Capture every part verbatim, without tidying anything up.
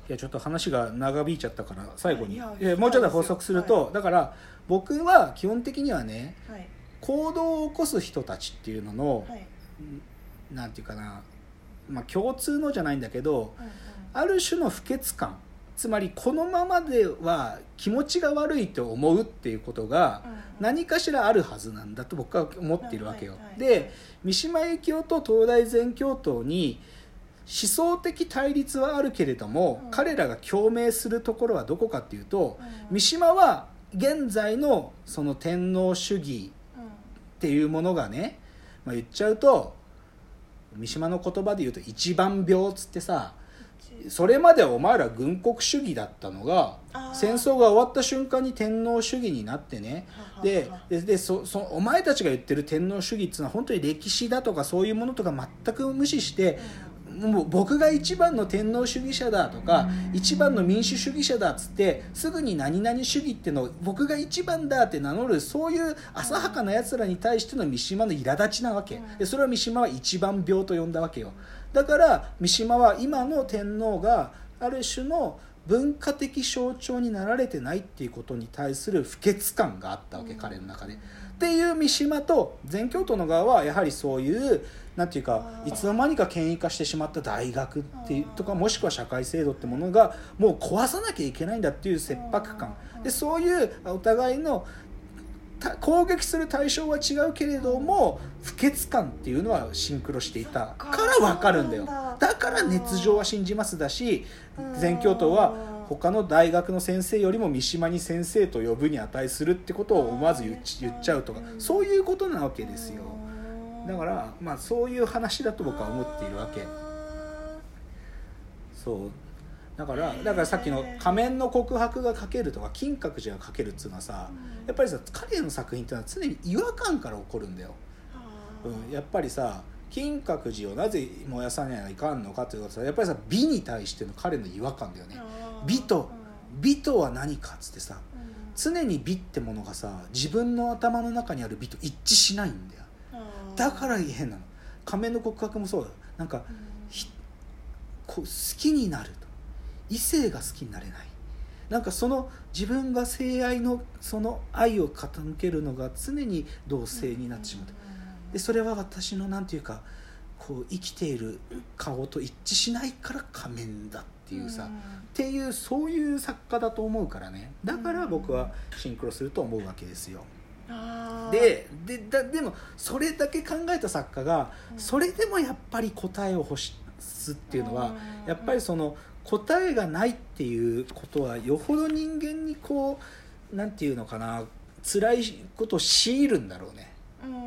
いやちょっと話が長引いちゃったから最後に、 いやいやもうちょっと補足すると、 はい、 だから僕は基本的にはね、 はい、 行動を起こす人たちっていうのの、 はい、 なんていうかな、まあ、共通のじゃないんだけど、 うんうん、 ある種の不潔感、つまりこのままでは気持ちが悪いと思うっていうことが何かしらあるはずなんだと僕は思っているわけよ。で、三島由紀夫と東大全教頭に思想的対立はあるけれども、うん、彼らが共鳴するところはどこかっていうと、うん、三島は現在のその天皇主義っていうものがね、まあ、言っちゃうと三島の言葉で言うと一番病っつってさ、それまではお前ら軍国主義だったのが戦争が終わった瞬間に天皇主義になってね、ででそそお前たちが言ってる天皇主義っていうのは本当に歴史だとかそういうものとか全く無視して、もう僕が一番の天皇主義者だとか一番の民主主義者だっつってすぐに何々主義っていうのを僕が一番だって名乗る、そういう浅はかなやつらに対しての三島の苛立ちなわけで、それは三島は一番病と呼んだわけよ。だから三島は今の天皇がある種の文化的象徴になられてないっていうことに対する不潔感があったわけ、彼の中で。っていう三島と全教頭の側はやはりそういうなんていうか、いつの間にか権威化してしまった大学っていうとか、もしくは社会制度ってものがもう壊さなきゃいけないんだっていう切迫感で、そういうお互いの攻撃する対象は違うけれども不潔感っていうのはシンクロしていたから分かるんだよ。だから熱情は信じますだし、全教頭は他の大学の先生よりも三島に先生と呼ぶに値するってことを思わず言っちゃうとか、そういうことなわけですよ。だからまあそういう話だと僕は思っているわけ。そうだからだからさっきの仮面の告白が書けるとか金閣寺が書けるっていうのはさ、やっぱりさ彼の作品ってのは常に違和感から起こるんだよ、うん、やっぱりさ金閣寺をなぜ燃やさないといかんのかということはやっぱりさ美に対しての彼の違和感だよね。美と美とは何かっつってさ、常に美ってものがさ自分の頭の中にある美と一致しないんだよ。だから変なの。仮面の告白もそうだ。なんか、うん、こう好きになると異性が好きになれない。なんかその自分が性愛のその愛を傾けるのが常に同性になってしまう。でそれは私のなんていうかこう生きている顔と一致しないから仮面だっていうさ、うん、っていうそういう作家だと思うからね。だから僕はシンクロすると思うわけですよ。で, で, だでもそれだけ考えた作家がそれでもやっぱり答えを欲すっていうのはやっぱりその答えがないっていうことはよほど人間にこうなんていうのかな辛いことを強いるんだろうね。うん、うん、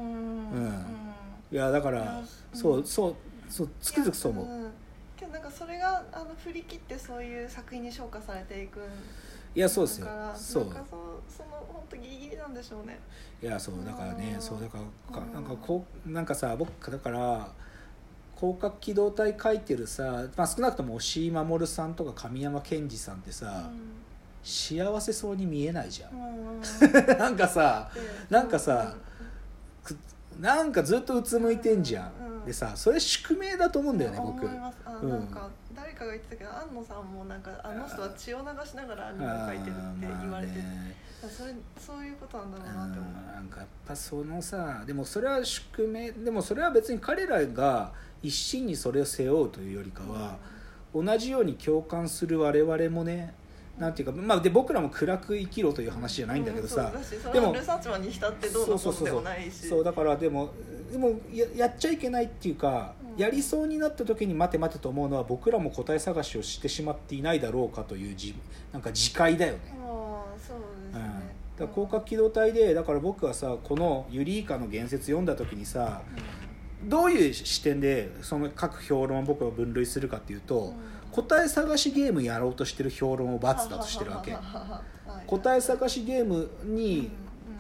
いやだからそうそうそうつくづくそう思う。うん、 けどなんかそれがあの振り切ってそういう作品に昇華されていくんいやそうですよ。 そうなんかそその本当ギリギリなんでしょうね。 いやそうだからね、そうだからなんかこうなんかさ僕だから広角機動隊書いてるさ、まあ、少なくとも押井守さんとか神山健二さんってさ、うん、幸せそうに見えないじゃん。うん、なんかさなんかさ、うん、なんかずっとうつむいてんじゃん。うん、でさそれ宿命だと思うんだよね、僕。 思います。あ、うん、なんか誰かが言ってたけど安野さんもなんかあの人は血を流しながらアニメを描いてるって言われてて、それそういうことなんだろうなって思う。 なんかやっぱそのさでもそれは宿命でもそれは別に彼らが一心にそれを背負うというよりかは、うん、同じように共感する我々もねなんていうか、まあ、で僕らも暗く生きろという話じゃないんだけどさ、 うん、そうだし、でもルサチマンに浸ってどうのことでもないし、 そうだからでもでも や, やっちゃいけないっていうか、うん、やりそうになった時に待て待てと思うのは僕らも答え探しをしてしまっていないだろうかというじなんか自戒だよね。 あそうですね、うん、だから広角機動隊でだから僕はさこのユリイカの言説読んだ時にさ、うん、どういう視点でその各評論を僕は分類するかっていうと、うん、答え探しゲームやろうとしてる評論を×だとしてるわけ。答え探しゲームに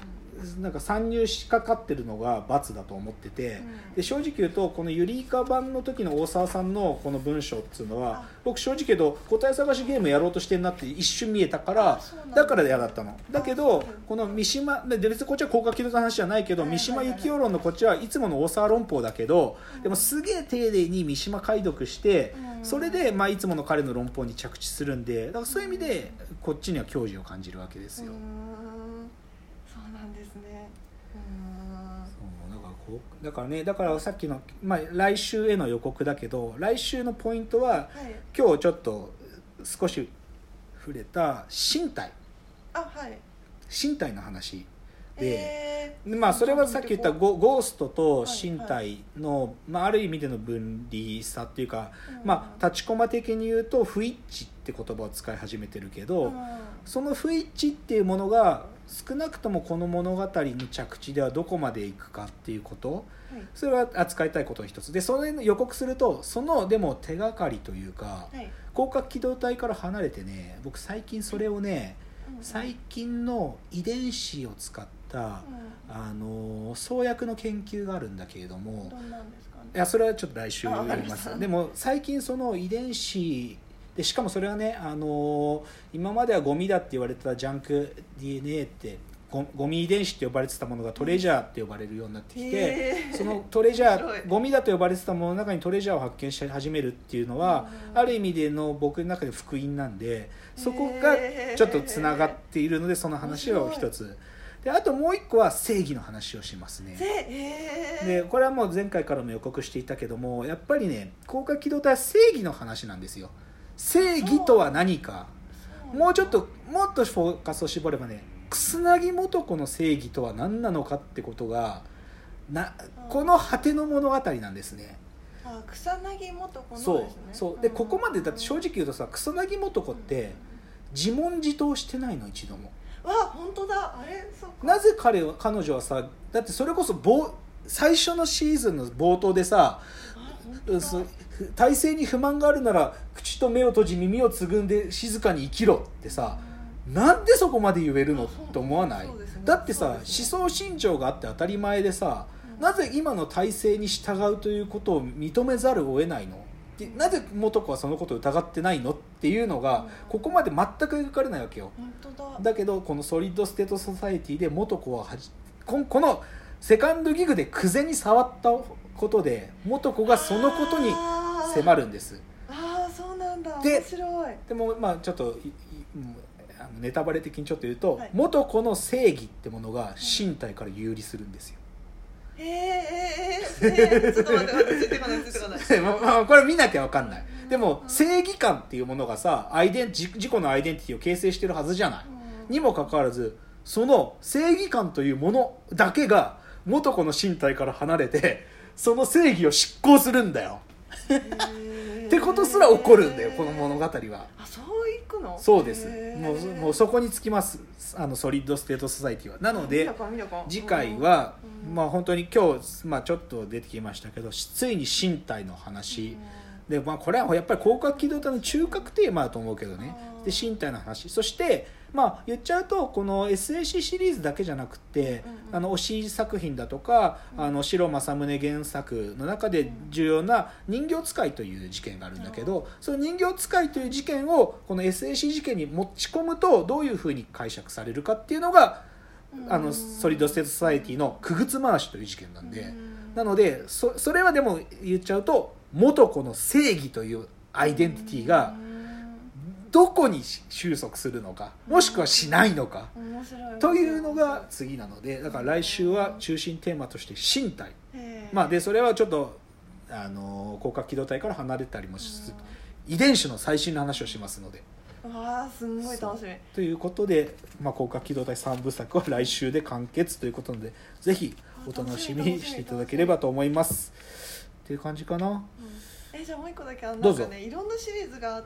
なんか参入しかかってるのが罰だと思ってて、うん、で正直言うとこのユリイカ版の時の大沢さんのこの文章っていうのは僕正直言うと答え探しゲームやろうとしてんなって一瞬見えたからだから嫌だったの。だけどこの三島で別にこっちは高架機動の話じゃないけど、三島由紀夫論のこっちはいつもの大沢論法だけど、でもすげえ丁寧に三島解読してそれでまあいつもの彼の論法に着地するんで、だからそういう意味でこっちには矜持を感じるわけですよ。 そうなんですね。うーんそうだからこうだからね、だからさっきの、まあ、来週への予告だけど、来週のポイントは、はい、今日ちょっと少し触れた身体、 あ、はい、 身体の話で、 えー、 まあそれはさっき言ったゴゴーストと身体の、はいはい、まあ、ある意味での分離さっていうか、うん、まあ立ちコマ的に言うと不一致って言葉を使い始めてるけど、うん、その不一致っていうものが少なくともこの物語の着地ではどこまでいくかっていうこと、はい、それは扱いたいことの一つで、それの予告するとそのでも手がかりというか、はい、広角機動隊から離れてね、僕最近それをね、うん、最近の遺伝子を使った、うん、あの創薬の研究があるんだけれども、 どんなんですかね、 いやそれはちょっと来週言います。でも最近その遺伝子で、しかもそれはね、あの今まではゴミだって言われてたジャンク ディーエヌエー ってゴ, ゴミ遺伝子って呼ばれてたものがトレジャーって呼ばれるようになってきて、そのトレジャーゴミだと呼ばれてたものの中にトレジャーを発見し始めるっていうのは、ある意味での僕の中で福音なんで、そこがちょっとつながっているので、その話を一つで、あともう一個は正義の話をしますね。でこれはもう前回からも予告していたけども、やっぱりね、広角機動隊は正義の話なんですよ。正義とは何か、もうちょっともっとフォーカスを絞ればね、楠木素子の正義とは何なのかってことがな、この果ての物語なんですね。 あ、草薙素子のですね。 そうそうで、ここまでだって正直言うとさ、草薙素子って自問自答してないの、一度も。 わ、本当だ、あれ、そうか。 なぜ彼は彼女はさ、だってそれこそ最初のシーズンの冒頭でさ、体制に不満があるなら口と目を閉じ耳をつぐんで静かに生きろってさ、うん、なんでそこまで言えるのって思わない？ね、だってさ、ね、思想信条があって当たり前でさ、うん、なぜ今の体制に従うということを認めざるを得ないの？でなぜ素子はそのことを疑ってないのっていうのが、うん、ここまで全く描かれないわけよ。 本当だ。 だけどこのソリッドステートソサエティで素子ははじここのセカンドギグで久世に触ったことで素子がそのことに迫るんです。 ああ、そうなんだ。 で、 面白い。 でもまあちょっとあのネタバレ的にちょっと言うと、はい、素子の正義ってものが身体から有利するんですよ。 えー、えー、えー、ちょっと待って待って、ついてこないついてこないまあこれ見なきゃ分かんない。でも正義感っていうものがさ、アイデン自己のアイデンティティを形成してるはずじゃない。にもかかわらず、その正義感というものだけが素子の身体から離れて、その正義を執行するんだよ。ってことすら起こるんだよ、この物語は。 あ、そういくの？ そうです。もう、もうそこにつきます、あのソリッドステートソサイティは。なので次回は、まあ、本当に今日、まあ、ちょっと出てきましたけど、ついに身体の話で、まあ、これはやっぱり広角機動隊の中核テーマだと思うけどね。で、身体の話、そしてまあ、言っちゃうとこの エスエーシー シリーズだけじゃなくて、うんうん、あの推し作品だとか、うん、あの白正宗原作の中で重要な人形使いという事件があるんだけど、うん、その人形使いという事件をこの エスエーシー 事件に持ち込むとどういうふうに解釈されるかっていうのが、うん、あのソリッドステートソサエティのくぐつ回しという事件なんで、うん、なので そ, それはでも言っちゃうと素子の正義というアイデンティティが、うんどこに収束するのか、もしくはしないのか、うん、というのが次なので、だから来週は中心テーマとして身体、まあ、でそれはちょっとあの広角機動隊から離れたりもしつつ、遺伝子の最新の話をしますので、 わあ、すごい楽しみということで、まあ、広角機動隊さんぶさくは来週で完結ということなので、ぜひお楽しみにしていただければと思いますっていう感じかな。うん、 えじゃあもう一個だけ、あのなんかね、いろんなシリーズがあって、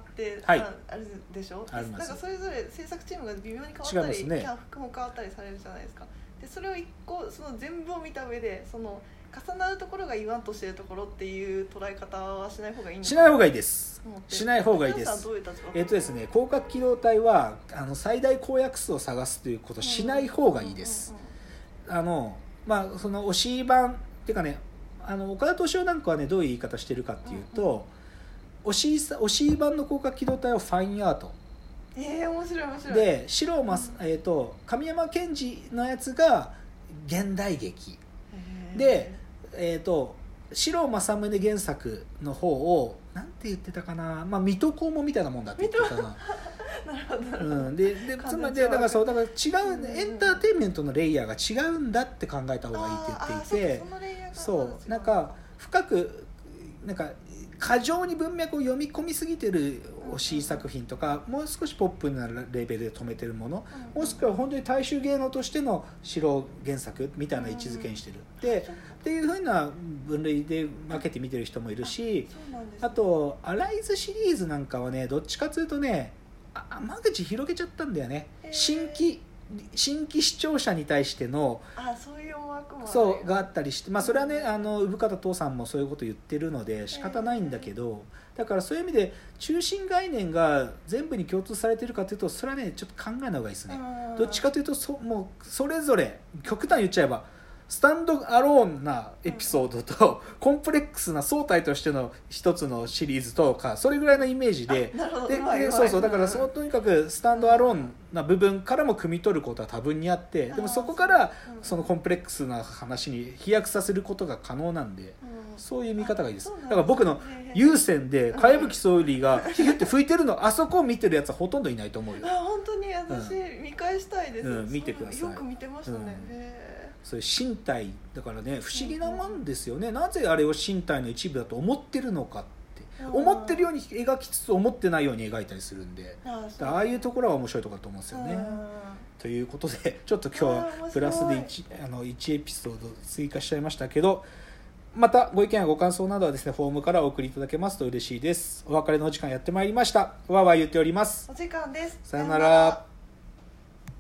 はい、あ, あるでしょ。なんかそれぞれ制作チームが微妙に変わったり、ね、キャストも変わったりされるじゃないですか。でそれを一個その全部を見た上で、その重なるところが言わんとしているところっていう捉え方はしない方がいいんですか？ しない方がいいです。しない方がいいです。えっとですね、広角機動隊はあの最大公約数を探すということをしない方がいいです。 あのまあその押井版っていうかね、あの岡田斗司夫なんかはねどういう言い方してるかっていうと、押井さ押井版の広角機動隊はファインアートえー、面白い面白いで、白間、えー、と神山健二のやつが現代劇で、えー、と白正宗原作の方をなんて言ってたかな、まあ、水戸黄門みたいなもんだって言ってたななるほどなるほど、 うん、ででつまりだからそうだから違うエンターテインメントのレイヤーが違うんだって考えた方がいいって言っていて、そうなんか深くなんか過剰に文脈を読み込みすぎてる押井作品とか、もう少しポップなレベルで止めてるもの、もしくは本当に大衆芸能としての白原作みたいな位置づけにしてるでっていう風な分類で分けて見てる人もいるし、あとアライズシリーズなんかはねどっちかというとね間口広げちゃったんだよね、新規新規視聴者に対してのあそういう思惑もそうがあったりして、まあ、それはねあの産方父さんもそういうこと言ってるので仕方ないんだけど、だからそういう意味で中心概念が全部に共通されてるかというとそれはねちょっと考えない方がいいですね。どっちかというと そ, もうそれぞれ極端に言っちゃえばスタンドアローンなエピソードとコンプレックスな総体としての一つのシリーズとかそれぐらいのイメージで、ででそうそうだからそのとにかくスタンドアローンな部分からも汲み取ることは多分にあって、でもそこからそのコンプレックスな話に飛躍させることが可能なんで、そういう見方がいいです。だから僕の有線で茅葺総理がヒュッて吹いてるのあそこを見てるやつはほとんどいないと思うよ。 あ本当に私見返したいです、 うん、見てください。 よく見てましたね、うん、へそういう身体だからね不思議なもんですよね、なぜあれを身体の一部だと思ってるのかって思ってるように描きつつ思ってないように描いたりするんで、あああいうところが面白いところだと思うんですよね。ということでちょっと今日はプラスで 1, あのいちエピソード追加しちゃいましたけど、またご意見やご感想などはですねフォームからお送りいただけますと嬉しいです。お別れのお時間やってまいりました。わーわー言っております。 お時間です。 さよなら。